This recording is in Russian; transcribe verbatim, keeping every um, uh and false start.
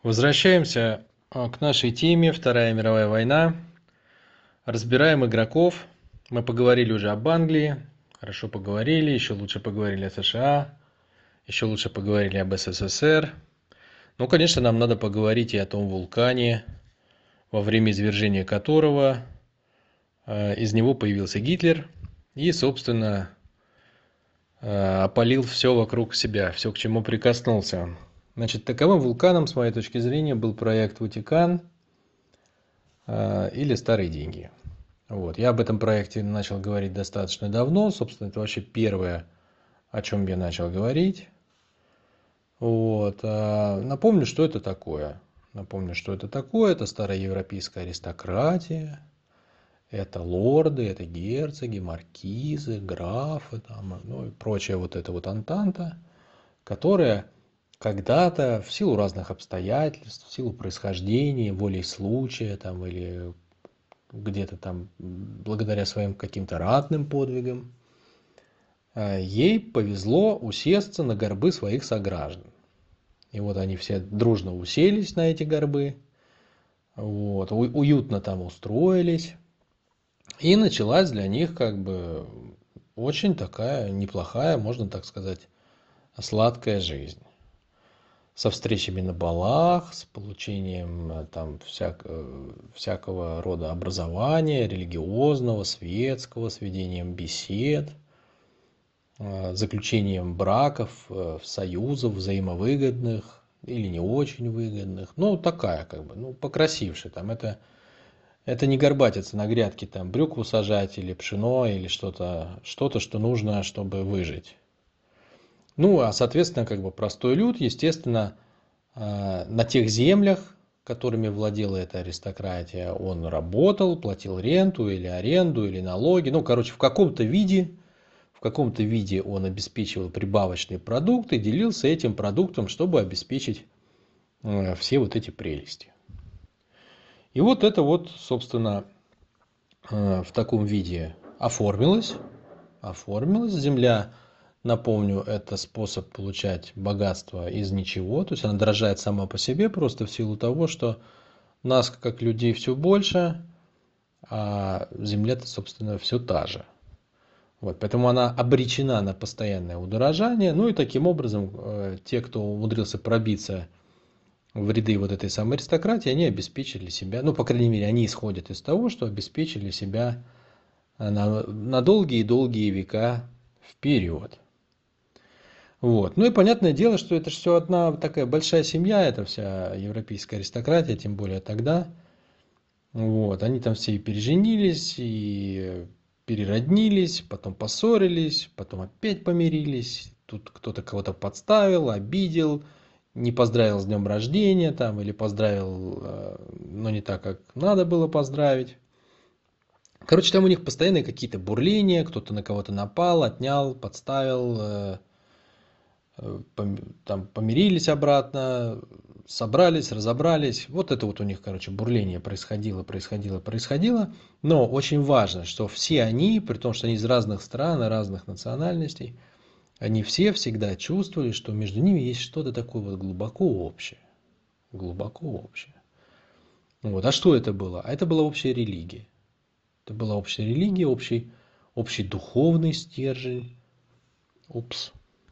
Возвращаемся а, к нашей теме Вторая мировая война. Разбираем игроков. Мы поговорили уже об Англии, хорошо поговорили, еще лучше поговорили о США, еще лучше поговорили об СССР. Ну, конечно, нам надо поговорить и о том вулкане, во время извержения которого э, из него появился Гитлер и, собственно, э, опалил все вокруг себя, все, к чему прикоснулся. Значит, таковым вулканом, с моей точки зрения, был проект «Ватикан» э, или «Старые деньги». Вот. Я об этом проекте начал говорить достаточно давно. Собственно, это вообще первое, о чем я начал говорить. Вот. А напомню, что это такое. Напомню, что это такое. Это старая европейская аристократия. Это лорды, это герцоги, маркизы, графы, там, ну и прочая вот эта вот антанта, которая когда-то в силу разных обстоятельств, в силу происхождения, волей случая там, или где-то там благодаря своим каким-то ратным подвигам, ей повезло усесться на горбы своих сограждан. И вот они все дружно уселись на эти горбы, вот, уютно там устроились, и началась для них как бы очень такая неплохая, можно так сказать, сладкая жизнь. Со встречами на балах, с получением там всяк, всякого рода образования, религиозного, светского, с ведением бесед, заключением браков, союзов взаимовыгодных или не очень выгодных. Ну, такая как бы, ну, покрасивше. Там это, это не горбатиться на грядке, там брюкву сажать или пшено, или что-то, что-то, что нужно, чтобы выжить. Ну, а, соответственно, как бы простой люд, естественно, на тех землях, которыми владела эта аристократия, он работал, платил ренту или аренду, или налоги. Ну, короче, в каком-то виде, в каком-то виде он обеспечивал прибавочный продукт и делился этим продуктом, чтобы обеспечить все вот эти прелести. И вот это вот, собственно, в таком виде оформилось. Оформилась земля. Напомню, это способ получать богатство из ничего. То есть она дорожает сама по себе просто в силу того, что нас, как людей, все больше, а земля-то, собственно, все та же. Вот, поэтому она обречена на постоянное удорожание. Ну и таким образом те, кто умудрился пробиться в ряды вот этой самой аристократии, они обеспечили себя, ну, по крайней мере, они исходят из того, что обеспечили себя на, на долгие-долгие века вперед. Вот. Ну и понятное дело, что это же все одна такая большая семья, это вся европейская аристократия, тем более тогда. Вот. Они там все и переженились, и перероднились, потом поссорились, потом опять помирились. Тут кто-то кого-то подставил, обидел, не поздравил с днем рождения там, или поздравил, но не так, как надо было поздравить. Короче, там у них постоянно какие-то бурления, кто-то на кого-то напал, отнял, подставил, там помирились обратно, собрались, разобрались. Вот это вот у них, короче, бурление происходило, происходило, происходило. Но очень важно, что все они, при том, что они из разных стран, разных национальностей, они все всегда чувствовали, что между ними есть что-то такое вот глубоко общее. Глубоко общее. Вот. А что это было? А это была общая религия. Это была общая религия, общий, общий духовный стержень. Упс.